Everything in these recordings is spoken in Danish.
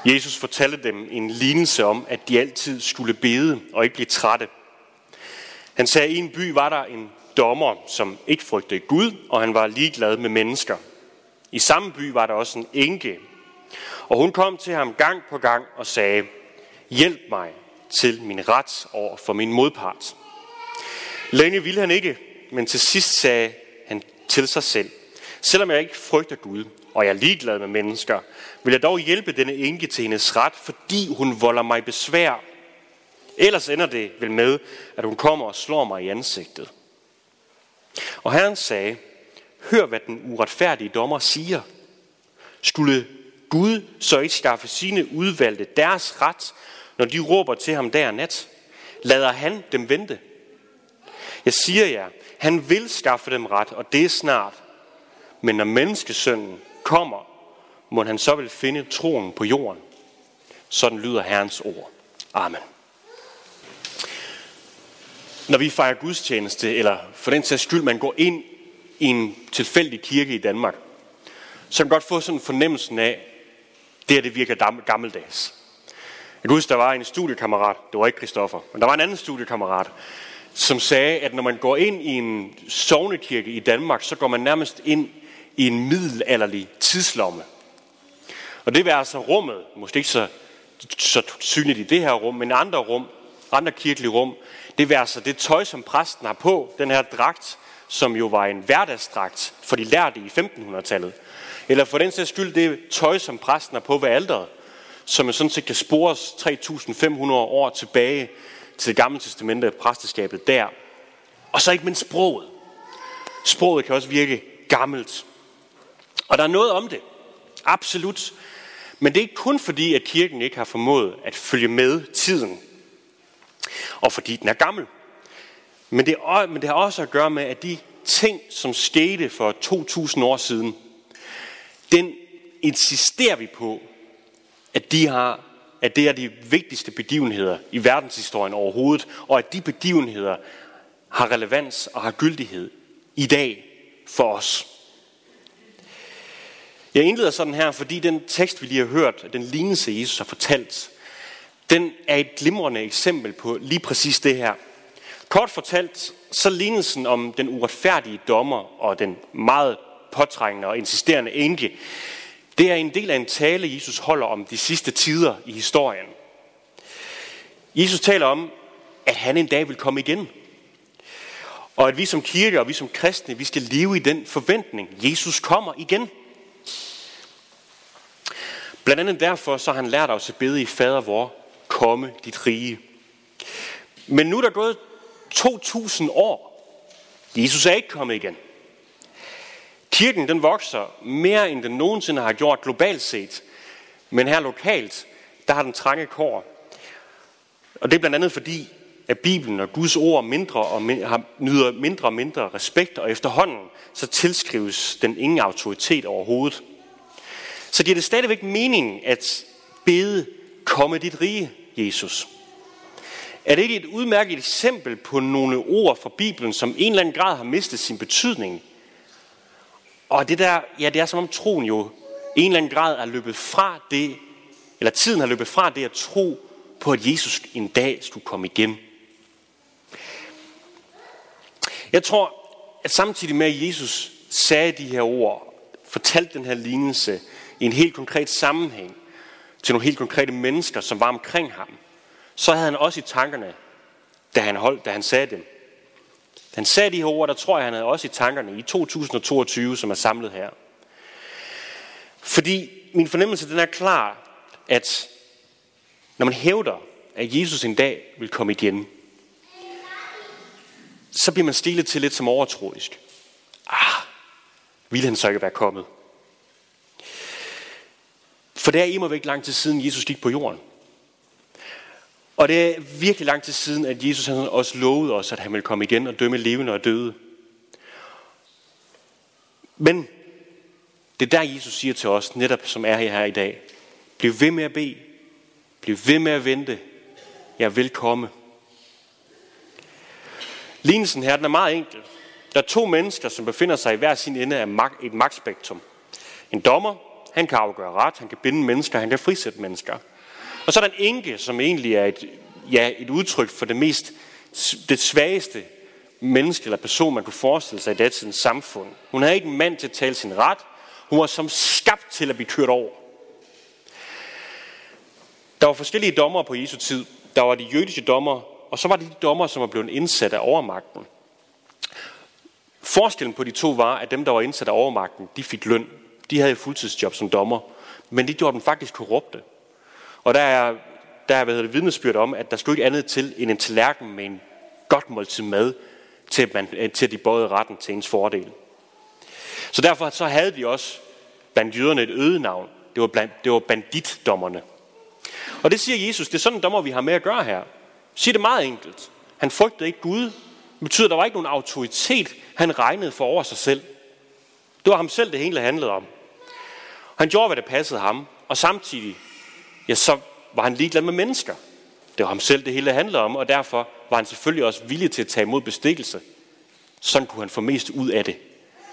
Jesus fortalte dem en lignelse om, at de altid skulle bede og ikke blive trætte. Han sagde, at i en by var der en dommer, som ikke frygtede Gud, og han var ligeglad med mennesker. I samme by var der også en enke, og hun kom til ham gang på gang og sagde, hjælp mig til min ret over for min modpart. Længe ville han ikke, men til sidst sagde han til sig selv, selvom jeg ikke frygter Gud, og jeg er ligeglad med mennesker, vil jeg dog hjælpe denne enke til hendes ret, fordi hun volder mig besvær. Ellers ender det vel med, at hun kommer og slår mig i ansigtet. Og Herren sagde, hør hvad den uretfærdige dommer siger. Skulle Gud så ikke skaffe sine udvalgte deres ret, når de råber til ham dag og nat? Lader han dem vente? Jeg siger jer, han vil skaffe dem ret, og det er snart. Men når menneskesønnen kommer, må han så vil finde troen på jorden. Sådan lyder Herrens ord. Amen. Når vi fejrer gudstjeneste, eller for den sags skyld, man går ind i en tilfældig kirke i Danmark, så kan man godt få sådan en fornemmelsen af, det virker gammeldags. Jeg kan huske, der var en studiekammerat, det var ikke Christoffer, men der var en anden studiekammerat, som sagde, at når man går ind i en sognekirke i Danmark, så går man nærmest ind i en middelalderlig tidslomme. Og det var altså rummet, måske ikke så synligt i det her rum, men andre kirkelige rum, det var altså det tøj, som præsten har på, den her dragt, som jo var en hverdagsdragt for de lærte i 1500-tallet. Eller for den sags skyld, det tøj, som præsten har på ved alteret, som jo sådan set kan spores 3.500 år tilbage til det gamle testamente, præsteskabet der. Og så ikke mindst sproget. Sproget kan også virke gammelt. Og der er noget om det. Absolut. Men det er ikke kun fordi, at kirken ikke har formået at følge med tiden. Og fordi den er gammel. Men det har også at gøre med, at de ting, som skete for 2000 år siden, den insisterer vi på, at det er de vigtigste begivenheder i verdenshistorien overhovedet, og at de begivenheder har relevans og har gyldighed i dag for os. Jeg indleder sådan her, fordi den tekst, vi lige har hørt, den lignelse, Jesus har fortalt, den er et glimrende eksempel på lige præcis det her. Kort fortalt, så lignelsen om den uretfærdige dommer og den meget påtrængende og insisterende enke, det er en del af en tale, Jesus holder om de sidste tider i historien. Jesus taler om, at han en dag vil komme igen. Og at vi som kirke og vi som kristne, vi skal leve i den forventning. Jesus kommer igen. Blandt andet derfor så har han lært os at bede i Fader vor, komme dit rige. Men nu er der gået 2000 år. Jesus er ikke kommet igen. Kirken den vokser mere end den nogensinde har gjort globalt set. Men her lokalt, der har den trange kår. Og det er blandt andet fordi, at Bibelen og Guds ord nyder mindre og mindre respekt, og efterhånden så tilskrives den ingen autoritet overhovedet. Så giver det stadigvæk mening at bede, komme dit rige, Jesus. Er det ikke et udmærket eksempel på nogle ord fra Bibelen, som en eller anden grad har mistet sin betydning? Og det er som om troen jo en eller anden grad er løbet fra det, eller tiden har løbet fra det at tro på, at Jesus en dag skulle komme igen. Jeg tror, at samtidig med at Jesus sagde de her ord, fortalte den her lignelse i en helt konkret sammenhæng til nogle helt konkrete mennesker, som var omkring ham, så havde han også i tankerne, da han sagde dem. Da han sagde de her ord, der tror jeg, han havde også i tankerne i 2022, som er samlet her. Fordi min fornemmelse, den er klar, at når man hævder, at Jesus en dag vil komme igen, så bliver man stilet til lidt som overtroisk. Ville han så ikke være kommet? For det er immervæk lang tid siden, Jesus gik på jorden. Og det er virkelig lang tid siden, at Jesus han også lovede os, at han ville komme igen og dømme levende og døde. Men det er der, Jesus siger til os, netop som er her i dag. Bliv ved med at bede. Bliv ved med at vente. Jeg vil komme. Lignelsen her, den er meget enkel. Der er to mennesker, som befinder sig i hver sin ende af et magtspektrum. En dommer, Han kan afgøre ret, han kan binde mennesker, han kan frisætte mennesker. Og så er der en enke, som egentlig er et udtryk for det svageste menneske eller person, man kunne forestille sig i datidens samfund. Hun havde ikke en mand til at tale sin ret. Hun var som skabt til at blive kørt over. Der var forskellige dommere på Jesu tid. Der var de jødiske dommere, og så var det de dommere, som var blevet indsat af overmagten. Forskellen på de to var, at dem, der var indsat af overmagten, de fik løn. De havde et fuldtidsjob som dommer, men det gjorde dem faktisk korrupte. Og der er vidnesbyrd om, at der stod ikke andet til end en tallerken med en godt måltid mad, til at de bøjede retten til ens fordel. Så derfor så havde de også blandt jøderne et øgenavn. Det var banditdommerne. Og det siger Jesus, det er sådan en dommer, vi har med at gøre her. Siger det meget enkelt. Han frygtede ikke Gud. Det betyder, at der var ikke nogen autoritet, han regnede for over sig selv. Det var ham selv, det hele handlede om. Han gjorde, hvad det passede ham, og samtidig, så var han ligeglad med mennesker. Det var ham selv, det hele handlede om, og derfor var han selvfølgelig også villig til at tage imod bestikkelse. Sådan kunne han få mest ud af det.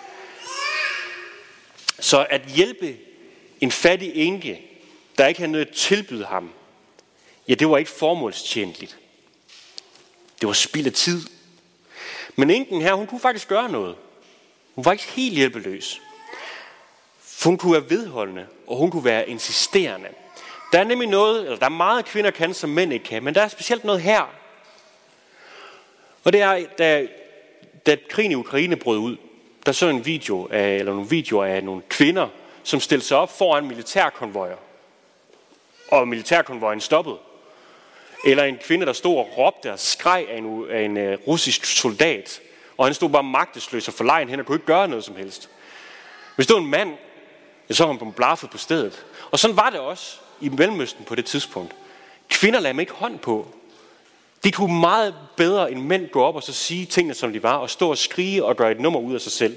Så at hjælpe en fattig enke, der ikke havde noget at tilbyde ham, det var ikke formålstjenligt. Det var spild af tid. Men enken her, hun kunne faktisk gøre noget. Hun var ikke helt hjælpeløs. For hun kunne være vedholdende, og hun kunne være insisterende. Der er nemlig noget, eller der er meget kvinder kan, som mænd ikke kan, men der er specielt noget her. Og det er, da krigen i Ukraine brød ud, der så nogle videoer af nogle kvinder, som stillede sig op foran militærkonvojer. Og militærkonvojen stoppede. Eller en kvinde, der stod og råbte og skreg af en russisk soldat. Og han stod bare magtesløs og forlegen hen og kunne ikke gøre noget som helst. Hvis det var en mand, så var han blaffet på stedet. Og sådan var det også i Mellemøsten på det tidspunkt. Kvinder lagde ikke hånd på. De kunne meget bedre end mænd gå op og så sige tingene, som de var, og stå og skrige og gøre et nummer ud af sig selv.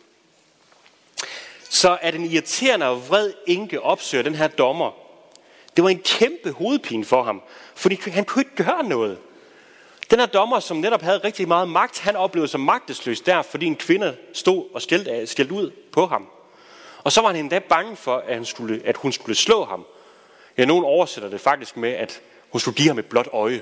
Så at en irriterende og vred enke opsøger den her dommer, det var en kæmpe hovedpine for ham, fordi han kunne ikke gøre noget. Den her dommer, som netop havde rigtig meget magt, han oplevede sig magtesløs der, fordi en kvinde stod og skældte ud på ham. Og så var han endda bange for, at hun skulle slå ham. Ja, nogen oversætter det faktisk med, at hun skulle give ham et blåt øje.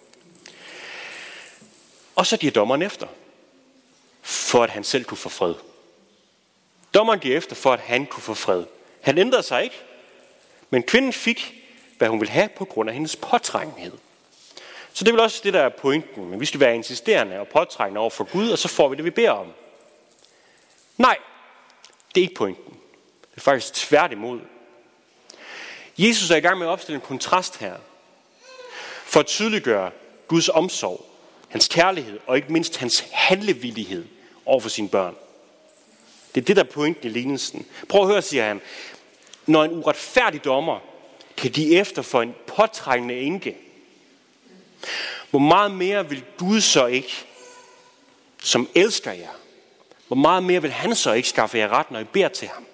Og så giver dommeren efter, for at han selv kunne få fred. Dommeren giver efter, for at han kunne få fred. Han ændrede sig ikke, men kvinden fik, hvad hun ville have på grund af hendes påtrængenhed. Så det er vel også det, der er pointen. Men vi skal være insisterende og påtrængende over for Gud, og så får vi det, vi beder om. Nej, det er ikke pointen. Det er faktisk tværtimod. Jesus er i gang med at opstille en kontrast her, for at tydeliggøre Guds omsorg, hans kærlighed og ikke mindst hans handlevillighed over for sine børn. Det er det, der er pointen i lignelsen. Prøv at høre, siger han. Når en uretfærdig dommer kan give efter for en påtrængende enke, hvor meget mere vil Gud så ikke, som elsker jer, hvor meget mere vil han så ikke skaffe jer ret, når I beder til ham?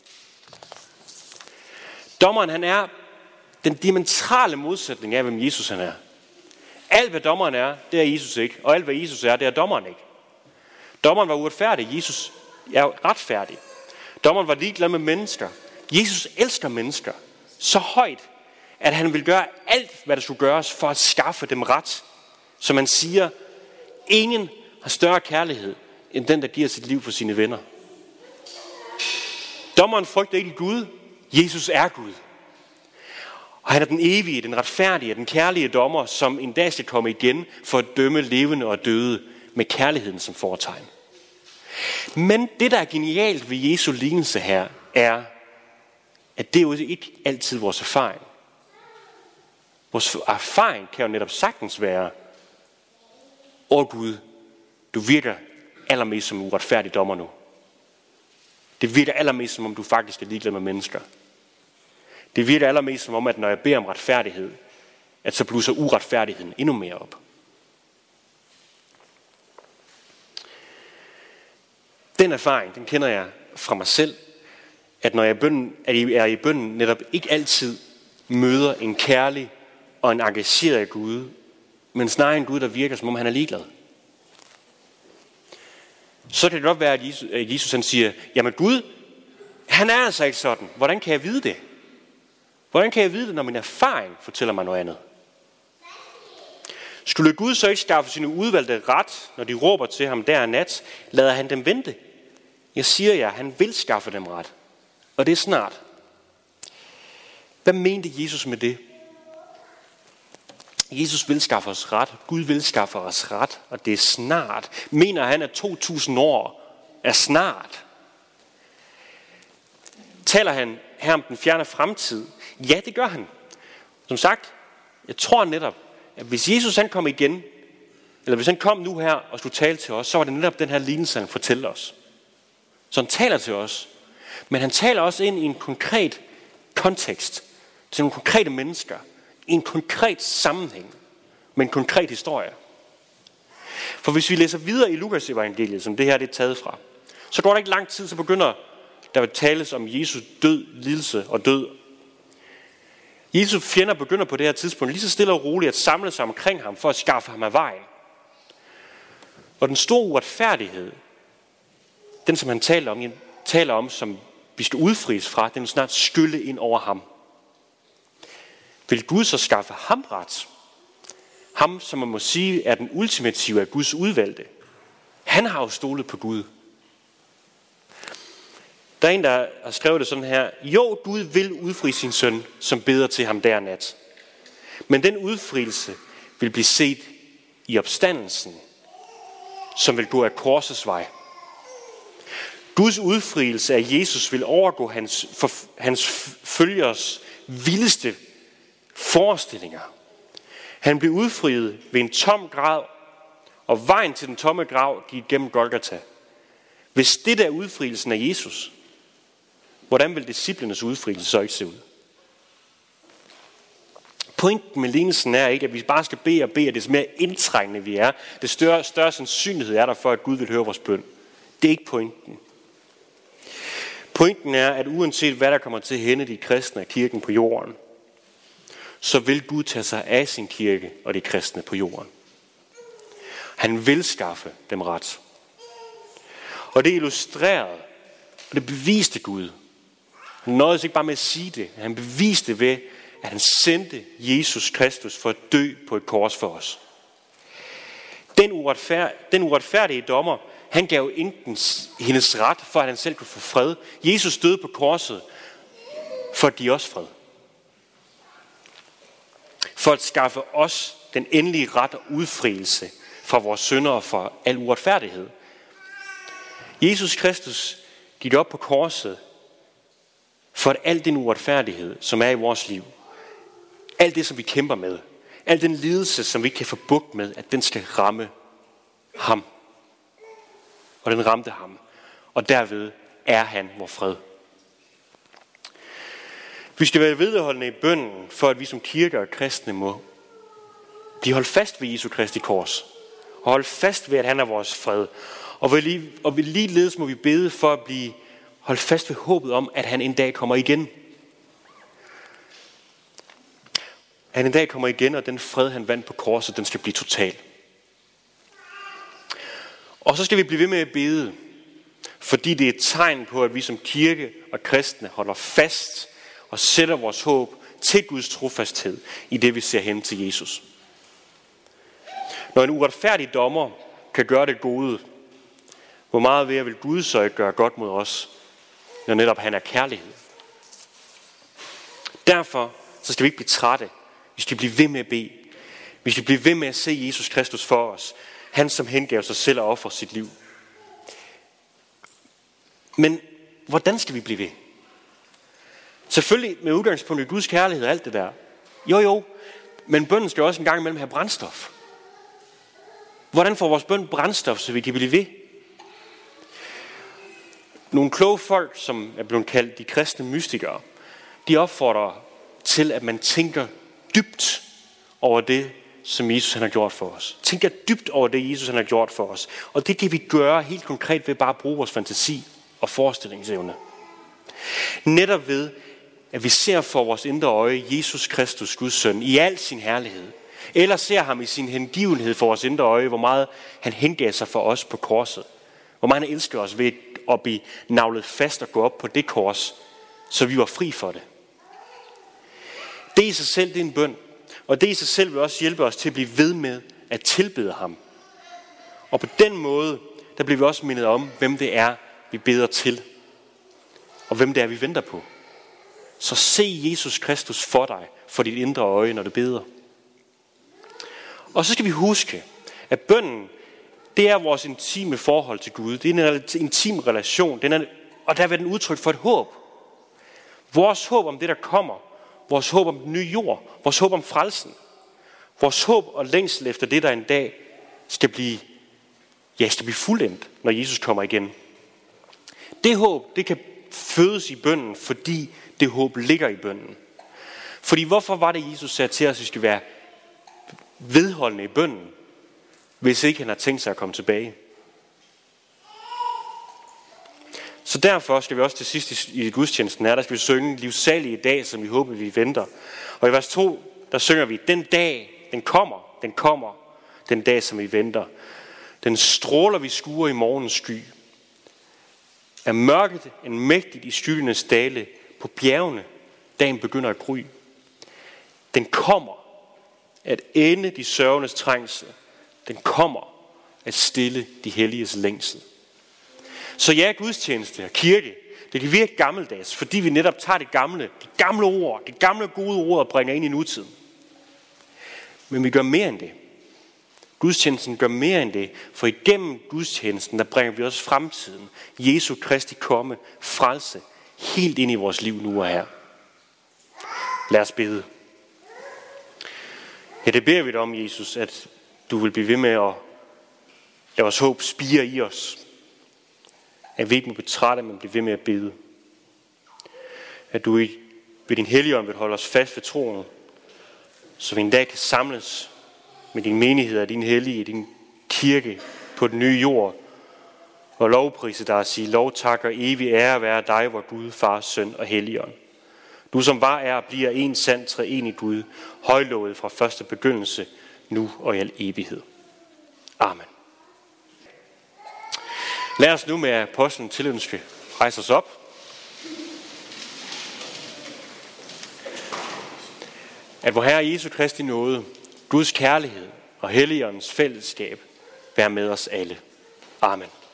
Dommeren, han er den diametrale modsætning af, hvem Jesus han er. Alt, hvad dommeren er, det er Jesus ikke. Og alt, hvad Jesus er, det er dommeren ikke. Dommeren var uretfærdig. Jesus er retfærdig. Dommeren var ligeglad med mennesker. Jesus elsker mennesker så højt, at han vil gøre alt, hvad der skulle gøres for at skaffe dem ret. Som man siger, ingen har større kærlighed, end den, der giver sit liv for sine venner. Dommeren frygter ikke Gud. Jesus er Gud. Og han er den evige, den retfærdige, den kærlige dommer, som en dag skal komme igen for at dømme levende og døde med kærligheden som fortegn. Men det, der er genialt ved Jesu lignelse her, er, at det er jo ikke altid vores erfaring. Vores erfaring kan jo netop sagtens være, Gud, du virker allermest som en uretfærdig dommer nu. Det virker allermest som om, du faktisk er ligeglad med mennesker. Det virker allermest som om, at når jeg beder om retfærdighed, at så blusser uretfærdigheden endnu mere op. Den erfaring, den kender jeg fra mig selv, at når jeg er i bønnen, netop ikke altid møder en kærlig og en engageret Gud, men snarere en Gud, der virker som om han er ligeglad. Så kan det godt være, at Jesus han siger, jamen Gud, han er altså ikke sådan. Hvordan kan jeg vide det? Hvordan kan jeg vide det, når min erfaring fortæller mig noget andet? Skulle Gud så ikke skaffe sine udvalgte ret, når de råber til ham der nat, lader han dem vente? Jeg siger jer, han vil skaffe dem ret. Og det er snart. Hvad mente Jesus med det? Jesus vil skaffe os ret. Gud vil skaffe os ret, og det er snart. Mener han, at 2000 år er snart? Taler han her om den fjerne fremtid? Ja, det gør han. Som sagt, jeg tror netop, at hvis Jesus han kom igen, eller hvis han kom nu her og skulle tale til os, så var det netop den her lignelse, han fortæller os. Så han taler til os. Men han taler også ind i en konkret kontekst, til nogle konkrete mennesker, i en konkret sammenhæng, med en konkret historie. For hvis vi læser videre i Lukas evangeliet, som det her det er taget fra, så går der ikke lang tid, så begynder der at tales om Jesus død, lidelse og død. Jesu fjender begynder på det her tidspunkt lige så stille og roligt at samle sig omkring ham for at skaffe ham af vejen. Og den store uretfærdighed, den som han taler om, som vi skal udfries fra, den vil snart skylle ind over ham. Vil Gud så skaffe ham ret? Ham, som man må sige, er den ultimative af Guds udvalgte. Han har jo stolet på Gud. Der er en, der har skrevet det sådan her. Jo, Gud vil udfri sin søn, som beder til ham der nat. Men den udfrielse vil blive set i opstandelsen, som vil gå af korsets vej. Guds udfrielse af Jesus vil overgå hans følgers vildeste forestillinger. Han blev udfriet ved en tom grav, og vejen til den tomme grav gik gennem Golgata. Hvis det er udfrielsen af Jesus, hvordan vil disciplenes udfrielse så ikke se ud? Pointen med lignelsen er ikke, at vi bare skal bede og bede, at det mere indtrængende vi er, det større sandsynlighed er der for, at Gud vil høre vores bøn. Det er ikke pointen. Pointen er, at uanset hvad der kommer til at hænde de kristne af kirken på jorden, så vil Gud tage sig af sin kirke og de kristne på jorden. Han vil skaffe dem ret. Og det er illustreret, og det beviste Gud. Han nåede ikke bare med at sige det, han beviste ved, at han sendte Jesus Kristus for at dø på et kors for os. Den uretfærdige dommer, han gav enken hendes ret, for at han selv kunne få fred. Jesus døde på korset, for at give os fred. For at skaffe os den endelige ret og udfrielse fra vores synder og fra al uretfærdighed. Jesus Kristus gik op på korset, for at al den uretfærdighed, som er i vores liv, alt det, som vi kæmper med, al den lidelse, som vi ikke kan få bugt med, at den skal ramme ham. Og den ramte ham. Og derved er han vor fred. Vi skal være vedholdende i bønnen, for at vi som kirke og kristne må blive holdt fast ved Jesu Kristi kors. Og holde fast ved, at han er vores fred. Og ligeledes må vi bede for at blive holdt fast ved håbet om, at han en dag kommer igen. Han en dag kommer igen, og den fred, han vandt på korset, den skal blive total. Og så skal vi blive ved med at bede, fordi det er et tegn på, at vi som kirke og kristne holder fast og sætter vores håb til Guds trofasthed i det, vi ser hen til Jesus. Når en uretfærdig dommer kan gøre det gode, hvor meget ved vil Gud så ikke gøre godt mod os, når netop han er kærlighed. Derfor så skal vi ikke blive trætte. Vi skal blive ved med at bede. Vi skal blive ved med at se Jesus Kristus for os. Han, som hengav sig selv og offer sit liv. Men hvordan skal vi blive ved? Selvfølgelig med udgangspunkt i Guds kærlighed og alt det der. Jo, men bønnen skal også en gang imellem have brændstof. Hvordan får vores bøn brændstof, så vi kan blive ved? Nogle kloge folk, som er blevet kaldt de kristne mystikere, de opfordrer til, at man tænker dybt over det, som Jesus han har gjort for os. Tænker dybt over det, Jesus han har gjort for os. Og det kan vi gøre helt konkret ved bare at bruge vores fantasi og forestillingsevne. Netop ved, at vi ser for vores indre øje Jesus Kristus, Guds søn, i al sin herlighed. Eller ser ham i sin hengivenhed for vores indre øje, hvor meget han hengav sig for os på korset. Hvor meget han elsker os ved at blive naglet fast og gå op på det kors, så vi var fri for det. Det i sig selv, det er en bøn. Og det i sig selv vil også hjælpe os til at blive ved med at tilbede ham. Og på den måde, der bliver vi også mindet om, hvem det er, vi beder til. Og hvem det er, vi venter på. Så se Jesus Kristus for dig, for dit indre øje, når du beder. Og så skal vi huske, at bønnen, det er vores intime forhold til Gud. Det er en intim relation. Og der er den udtryk for et håb. Vores håb om det, der kommer. Vores håb om den nye jord. Vores håb om frelsen. Vores håb og længsel efter det, der en dag skal blive fuldendt, når Jesus kommer igen. Det håb, det kan fødes i bønnen, fordi det håb ligger i bønnen. Fordi hvorfor var det, Jesus sagde til os, at vi skal være vedholdende i bønnen, hvis ikke han har tænkt sig at komme tilbage? Så derfor skal vi også til sidst i gudstjenesten her, der skal vi synge livsalige dag, som vi håber, vi venter. Og i vers 2, der synger vi, den dag, den kommer, den dag, som vi venter. Den stråler, vi skuer i morgens sky. Er mørket en mægtigt i skyggenes dale, på bjergene, dagen begynder at gry. Den kommer at ende de sørgendes trængsel. Den kommer at stille de helliges længsel. Så ja, gudstjeneste og kirke, det kan virke gammeldags, fordi vi netop tager det gamle ord, det gamle gode ord og bringer ind i nutiden. Men vi gør mere end det. Gudstjenesten gør mere end det, for igennem gudstjenesten, der bringer vi også fremtiden, Jesu Kristi komme, frelse, helt ind i vores liv nu og her. Lad os bede. Ja, det beder vi dig om, Jesus, at du vil blive ved med at lade vores håb spire i os. At vi ikke må betrætte, men blive ved med at bede. At du ved din Helligånd vil holde os fast ved troen, så vi en dag kan samles med din menighed og din hellige, din kirke på den nye jord, og lovprise dig og sige lov, tak og evig ære være dig, vor Gud, Far, Søn og Helligånd. Du som var, er og bliver en sand treenig Gud, højlovet fra første begyndelse, nu og i al evighed. Amen. Lad os nu med apostlen tilønske rejse os op. At vor Herre Jesu Kristi nåde, Guds kærlighed og Helligåndens fællesskab være med os alle. Amen.